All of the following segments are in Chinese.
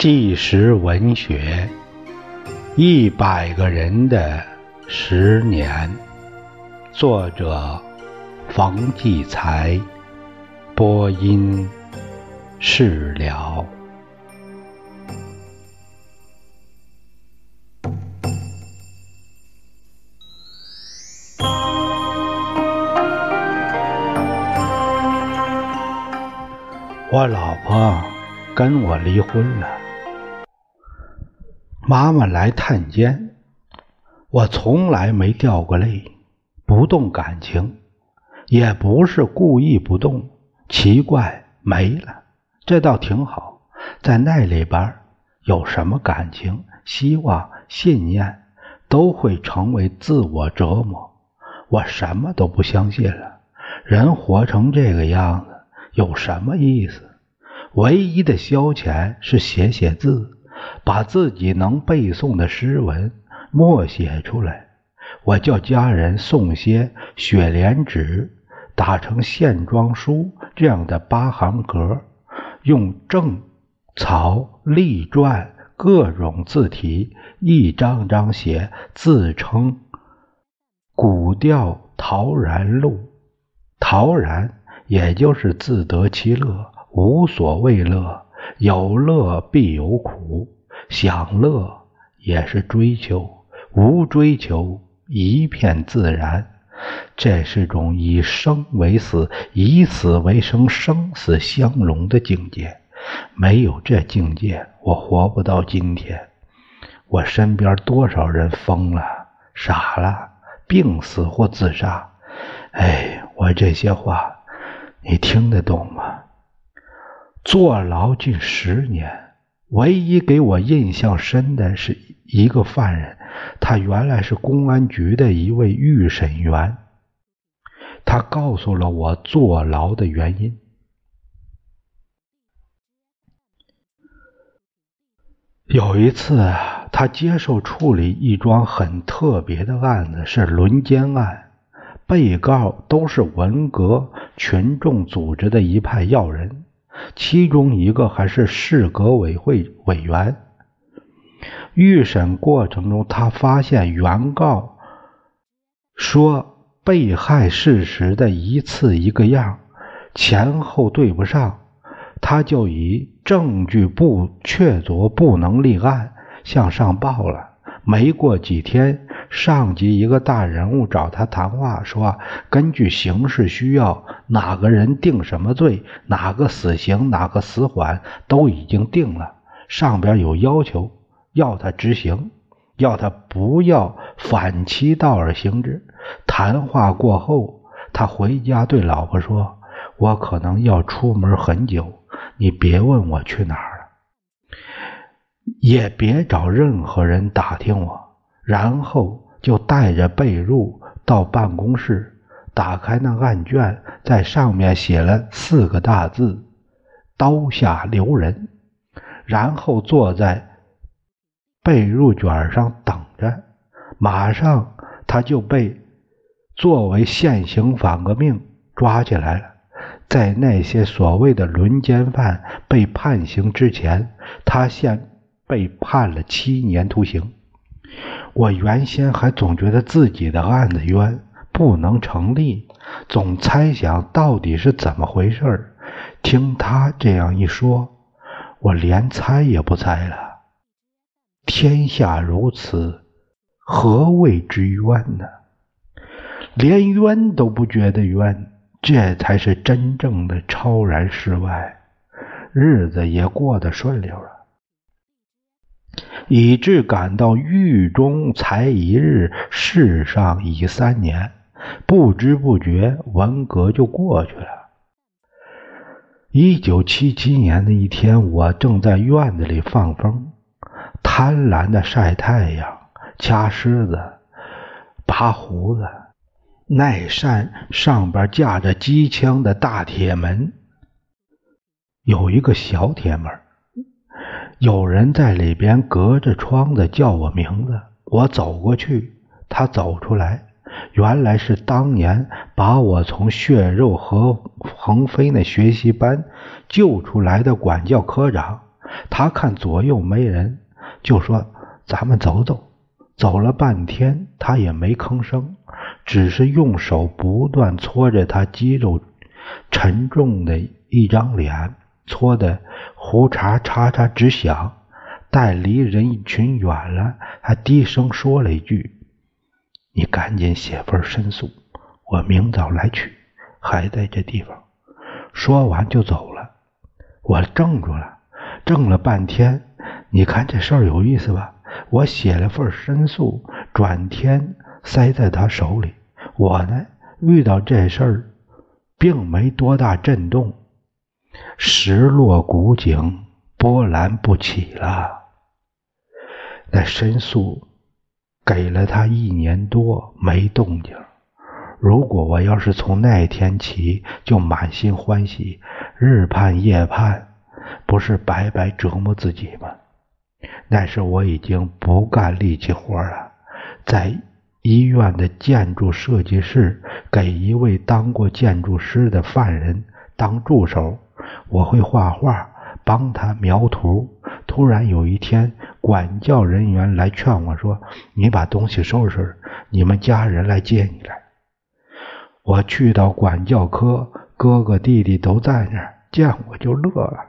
纪实文学，100个人的10年，作者冯骥才，播音释了。我老婆跟我离婚了，妈妈来探监，我从来没掉过泪，不动感情，也不是故意不动，奇怪没了，这倒挺好。在那里边有什么感情、希望、信念，都会成为自我折磨。我什么都不相信了，人活成这个样子有什么意思？唯一的消遣是写写字，把自己能背诵的诗文默写出来。我叫家人送些雪莲纸，打成线装书这样的8行格，用正、草、隶、篆各种字体一张张写，自称古调陶然录。陶然也就是自得其乐，无所谓乐，有乐必有苦，享乐也是追求，无追求一片自然。这是种以生为死，以死为生，生死相融的境界。没有这境界，我活不到今天。我身边多少人疯了、傻了、病死或自杀。我这些话你听得懂吗？坐牢近10年，唯一给我印象深的是一个犯人，他原来是公安局的一位预审员。他告诉了我坐牢的原因。有一次，他接受处理一桩很特别的案子，是轮奸案，被告都是文革群众组织的一派要人，其中一个还是市革委会委员。预审过程中，他发现原告说被害事实的一次一个样，前后对不上，他就以证据不确凿不能立案向上报了。没过几天，上级一个大人物找他谈话，说根据形势需要，哪个人定什么罪，哪个死刑，哪个死缓都已经定了，上边有要求，要他执行，要他不要反其道而行之。谈话过后，他回家对老婆说，我可能要出门很久，你别问我去哪儿了，也别找任何人打听我。然后就带着被褥到办公室，打开那案卷，在上面写了4个大字，刀下留人。然后坐在被褥卷上等着，马上他就被作为现行反革命抓起来了。在那些所谓的轮奸犯被判刑之前，他先被判了7年徒刑。我原先还总觉得自己的案子冤，不能成立，总猜想到底是怎么回事。听他这样一说，我连猜也不猜了。天下如此，何谓之冤呢？连冤都不觉得冤，这才是真正的超然世外，日子也过得顺溜了，以致感到狱中才1日，世上已3年，不知不觉文革就过去了。1977年的一天，我正在院子里放风，贪婪的晒太阳，掐虱子，拔胡子。那扇上边架着机枪的大铁门，有一个小铁门，有人在里边隔着窗子叫我名字。我走过去，他走出来，原来是当年把我从血肉和横飞那学习班救出来的管教科长。 他看左右没人，就说咱们走走。走了半天，他也没吭声，只是用手不断搓着他肌肉沉重的一张脸，搓得胡茬嚓嚓直响。待离人群远了，还低声说了一句：你赶紧写份申诉，我明早来取，还在这地方。说完就走了。我怔住了，怔了半天。你看这事儿有意思吧？我写了份申诉，转天塞在他手里。我呢，遇到这事儿并没多大震动，石落古井，波澜不起了。那申诉给了他1年多，没动静。如果我要是从那天起就满心欢喜，日盼夜盼，不是白白折磨自己吗？那时我已经不干力气活了，在医院的建筑设计室给一位当过建筑师的犯人当助手，我会画画，帮他描图。突然有一天，管教人员来劝我说：你把东西收拾，你们家人来接你来。我去到管教科，哥哥弟弟都在那儿，见我就乐了。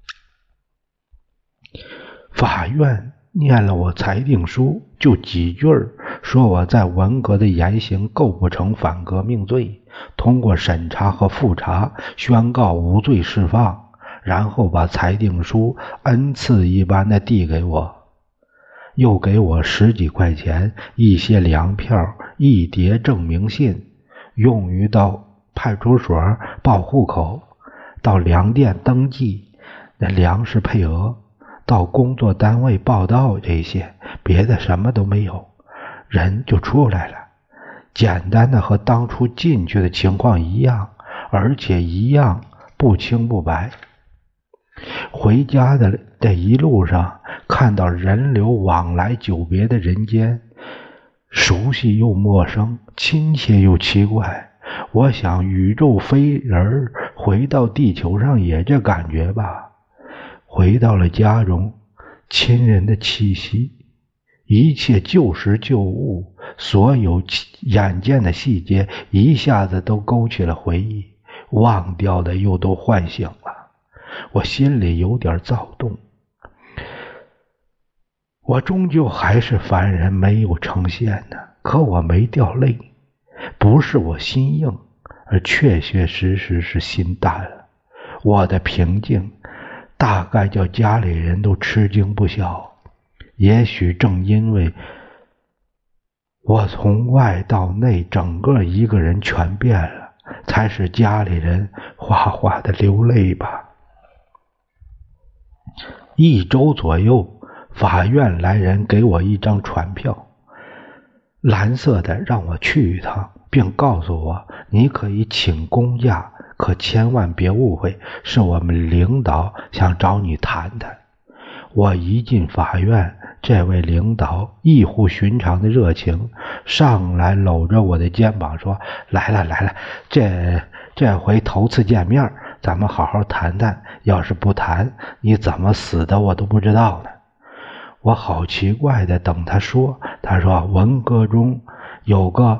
法院念了我裁定书，就几句说我在文革的言行构不成反革命罪，通过审查和复查，宣告无罪释放，然后把裁定书恩赐一般的递给我，又给我10几块钱，一些粮票，一叠证明信，用于到派出所报户口，到粮店登记，那粮食配额，到工作单位报到，这些别的什么都没有，人就出来了。简单的和当初进去的情况一样，而且一样不清不白。回家的这一路上，看到人流往来久别的人间，熟悉又陌生，亲切又奇怪。我想宇宙飞人回到地球上也这感觉吧。回到了家中，亲人的气息，一切旧时旧物，所有眼见的细节一下子都勾起了回忆，忘掉的又都唤醒了。我心里有点躁动。我终究还是凡人，没有成仙呢。可我没掉泪，不是我心硬，而确确实实是心淡了。我的平静大概叫家里人都吃惊不小。也许正因为我从外到内整个一个人全变了，才使家里人哗哗的流泪吧。1周左右，法院来人给我一张传票，蓝色的，让我去一趟，并告诉我你可以请公假，可千万别误会，是我们领导想找你谈谈。我一进法院，这位领导异乎寻常的热情，上来搂着我的肩膀说：来了，这回头次见面，咱们好好谈谈，要是不谈，你怎么死的我都不知道呢。我好奇怪的等他说，他说文革中有个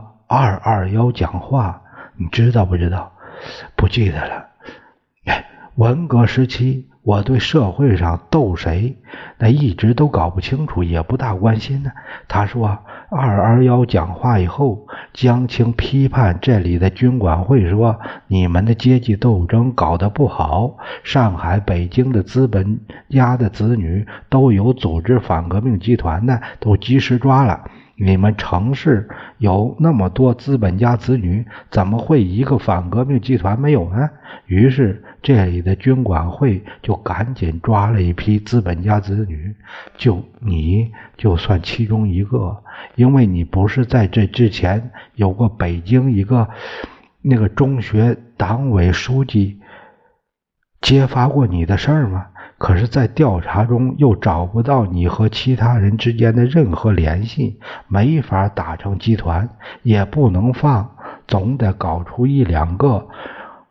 221讲话，你知道不知道？不记得了。文革时期我对社会上斗谁那一直都搞不清楚，也不大关心呢。他说221讲话以后，江青批判这里的军管会，说你们的阶级斗争搞得不好，上海北京的资本家的子女都有组织反革命集团的，都及时抓了，你们城市有那么多资本家子女，怎么会一个反革命集团没有呢？于是这里的军管会就赶紧抓了一批资本家子女，就你就算其中一个，因为你不是在这之前有过北京一个那个中学党委书记揭发过你的事儿吗？可是在调查中又找不到你和其他人之间的任何联系，没法打成集团，也不能放，总得搞出1-2个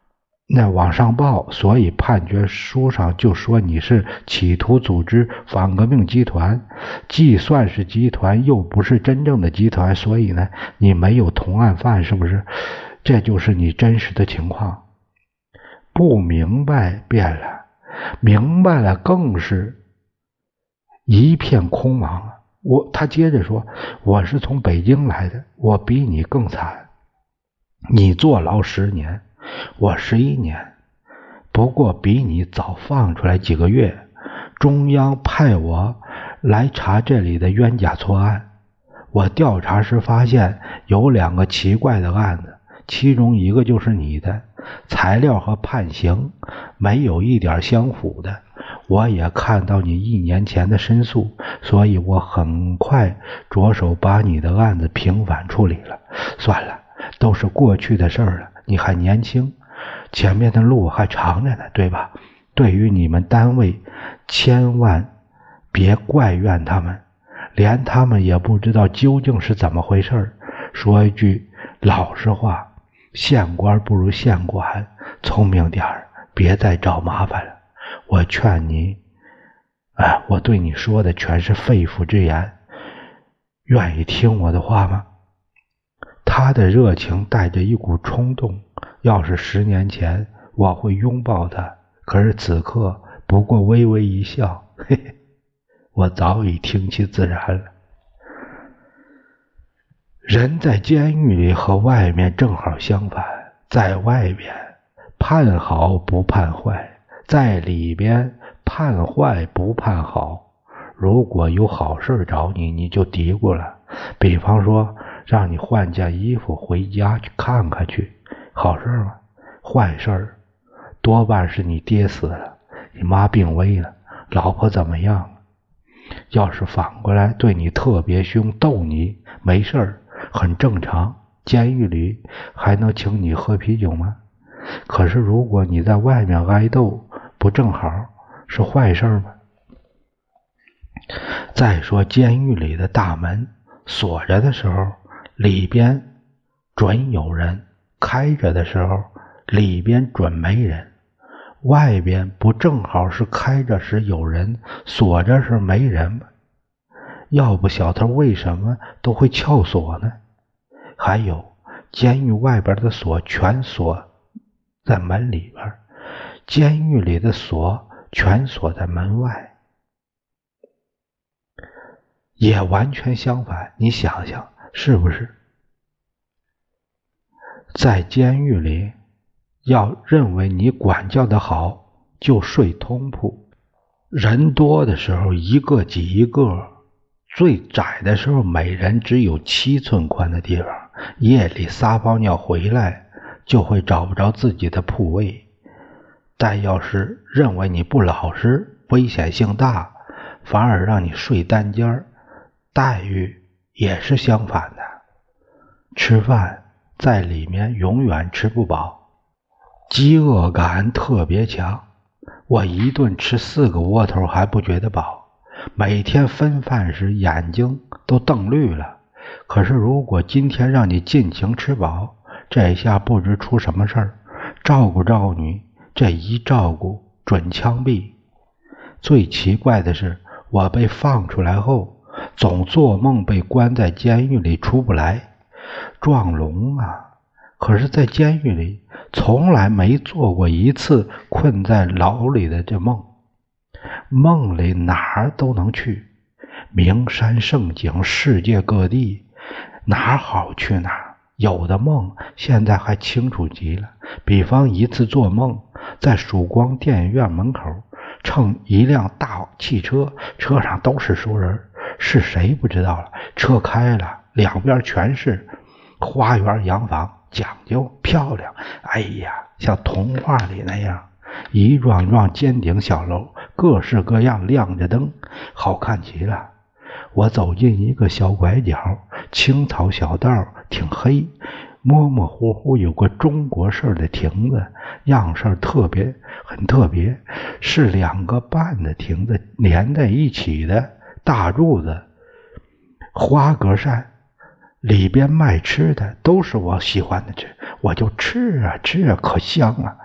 那往上报，所以判决书上就说你是企图组织反革命集团，既算是集团又不是真正的集团，所以呢你没有同案犯，是不是？这就是你真实的情况。不明白变了，明白了更是一片空茫。他接着说，我是从北京来的，我比你更惨，你坐牢10年，我11年，不过比你早放出来几个月。中央派我来查这里的冤假错案，我调查时发现有2个奇怪的案子，其中一个就是你的，材料和判刑没有一点相符的。我也看到你1年前的申诉，所以我很快着手把你的案子平反处理了。算了，都是过去的事儿了，你还年轻，前面的路还长着呢，对吧？对于你们单位，千万别怪怨他们，连他们也不知道究竟是怎么回事。说一句老实话，县官不如县管，聪明点儿，别再找麻烦了。我劝你，我对你说的全是肺腑之言，愿意听我的话吗？他的热情带着一股冲动，要是10年前我会拥抱他，可是此刻不过微微一笑，嘿嘿，我早已听其自然了。人在监狱里和外面正好相反，在外面判好不判坏，在里边判坏不判好。如果有好事找你，你就嘀咕了，比方说让你换件衣服回家去看看去，好事吗？坏事多半是你爹死了，你妈病危了，老婆怎么样了。要是反过来对你特别凶，逗你，没事儿，很正常，监狱里还能请你喝啤酒吗？可是如果你在外面挨斗，不正好是坏事吗？再说监狱里的大门锁着的时候，里边准有人，开着的时候里边准没人。外边不正好是开着时有人，锁着时没人吗？要不小偷为什么都会撬锁呢？还有，监狱外边的锁全锁在门里边，监狱里的锁全锁在门外。也完全相反，你想想是不是？在监狱里，要认为你管教的好，就睡通铺，人多的时候一个挤一个，最窄的时候每人只有7寸宽的地方，夜里撒泡尿回来就会找不着自己的铺位。但要是认为你不老实，危险性大，反而让你睡单间，待遇也是相反的。吃饭在里面永远吃不饱，饥饿感特别强，我一顿吃4个窝头还不觉得饱，每天分饭时眼睛都瞪绿了。可是如果今天让你尽情吃饱，这下不知出什么事儿，照顾照顾你，这一照顾准枪毙。最奇怪的是，我被放出来后总做梦被关在监狱里出不来，撞聋啊！可是在监狱里从来没做过一次困在牢里的这梦，梦里哪儿都能去，名山胜景，世界各地，哪儿好去哪儿。有的梦现在还清楚极了，比方一次做梦在曙光电影院门口乘一辆大汽车，车上都是熟人，是谁不知道了。车开了，两边全是花园洋房，讲究漂亮，哎呀，像童话里那样，一幢幢尖顶小楼，各式各样亮着灯，好看极了。我走进一个小拐角，青草小道，挺黑，模模糊糊有个中国式的亭子，样式很特别，是2个半的亭子连在一起的，大柱子，花格扇，里边卖吃的，都是我喜欢的吃，我就吃啊，可香啊。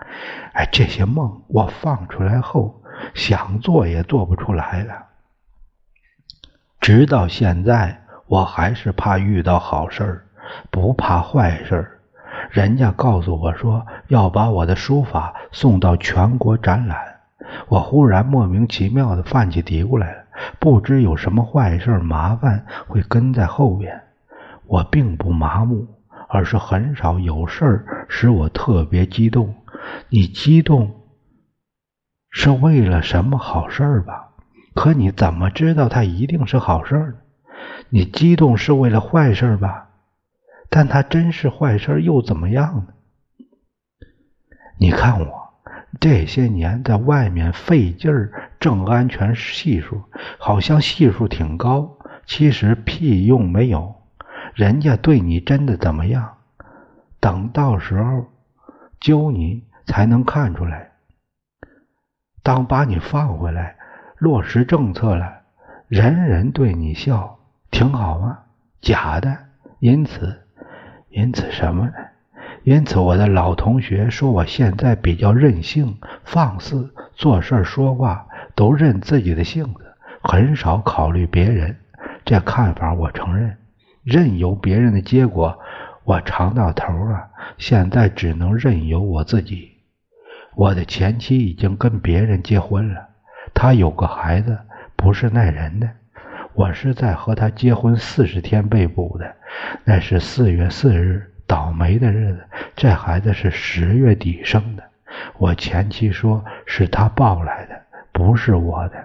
这些梦我放出来后，想做也做不出来了。直到现在，我还是怕遇到好事儿，不怕坏事儿。人家告诉我说要把我的书法送到全国展览，我忽然莫名其妙地犯起嘀咕来了，不知有什么坏事麻烦会跟在后边。我并不麻木，而是很少有事儿使我特别激动。你激动是为了什么好事儿吧？可你怎么知道它一定是好事儿呢？你激动是为了坏事儿吧？但它真是坏事儿又怎么样呢？你看我这些年在外面费劲儿挣安全系数，好像系数挺高，其实屁用没有。人家对你真的怎么样？等到时候揪你才能看出来。当把你放回来，落实政策了，人人对你笑，挺好吗？假的。因此什么呢？因此我的老同学说我现在比较任性放肆，做事说话都认自己的性子，很少考虑别人。这看法我承认，任由别人的结果我尝到头了，现在只能任由我自己。我的前妻已经跟别人结婚了，她有个孩子，不是那人的。我是在和她结婚40天被捕的，那是4月4日，倒霉的日子。这孩子是10月底生的，我前妻说是她抱来的，不是我的。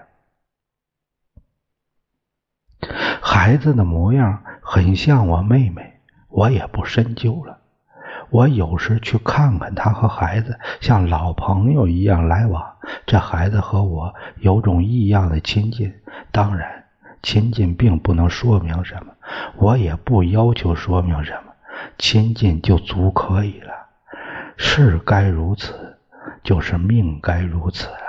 孩子的模样很像我妹妹，我也不深究了。我有时去看看他和孩子，像老朋友一样来往。这孩子和我有种异样的亲近，当然亲近并不能说明什么，我也不要求说明什么，亲近就足可以了。事该如此，就是命该如此了。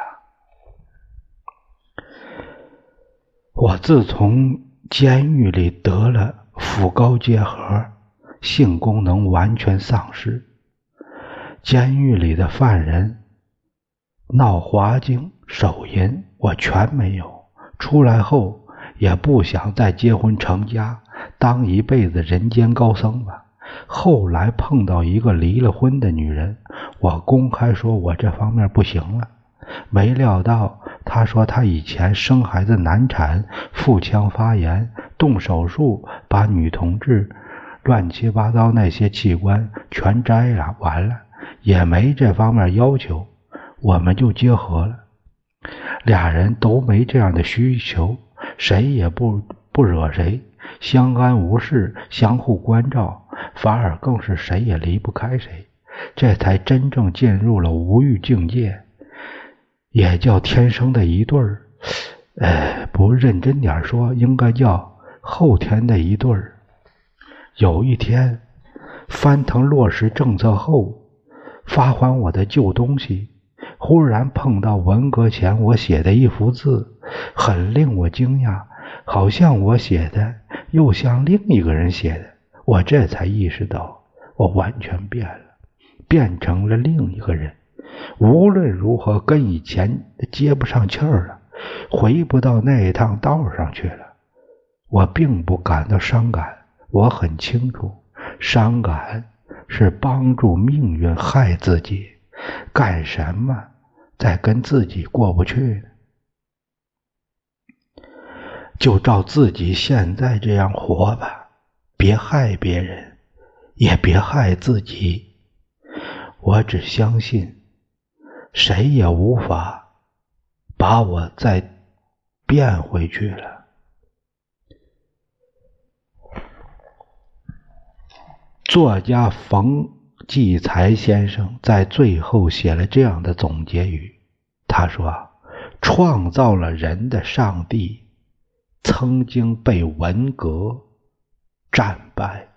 我自从监狱里得了副高结核，性功能完全丧失。监狱里的犯人闹滑精、手淫，我全没有。出来后也不想再结婚成家，当一辈子人间高僧吧。后来碰到一个离了婚的女人，我公开说我这方面不行了。没料到她说她以前生孩子难产，腹腔发炎，动手术把女同志乱七八糟那些器官全摘了，完了也没这方面要求，我们就结合了。俩人都没这样的需求，谁也不惹谁，相安无事，相互关照，反而更是谁也离不开谁，这才真正进入了无欲境界，也叫天生的一对儿。不认真点说，应该叫后天的一对儿。有一天翻腾落实政策后，发还我的旧东西，忽然碰到文革前我写的一幅字，很令我惊讶，好像我写的，又像另一个人写的。我这才意识到我完全变了，变成了另一个人。无论如何跟以前接不上气儿了，回不到那一趟道上去了。我并不感到伤感，我很清楚，伤感是帮助命运害自己，干什么再跟自己过不去呢？就照自己现在这样活吧，别害别人，也别害自己。我只相信，谁也无法把我再变回去了。作家冯骥才先生在最后写了这样的总结语，他说，创造了人的上帝曾经被文革战败。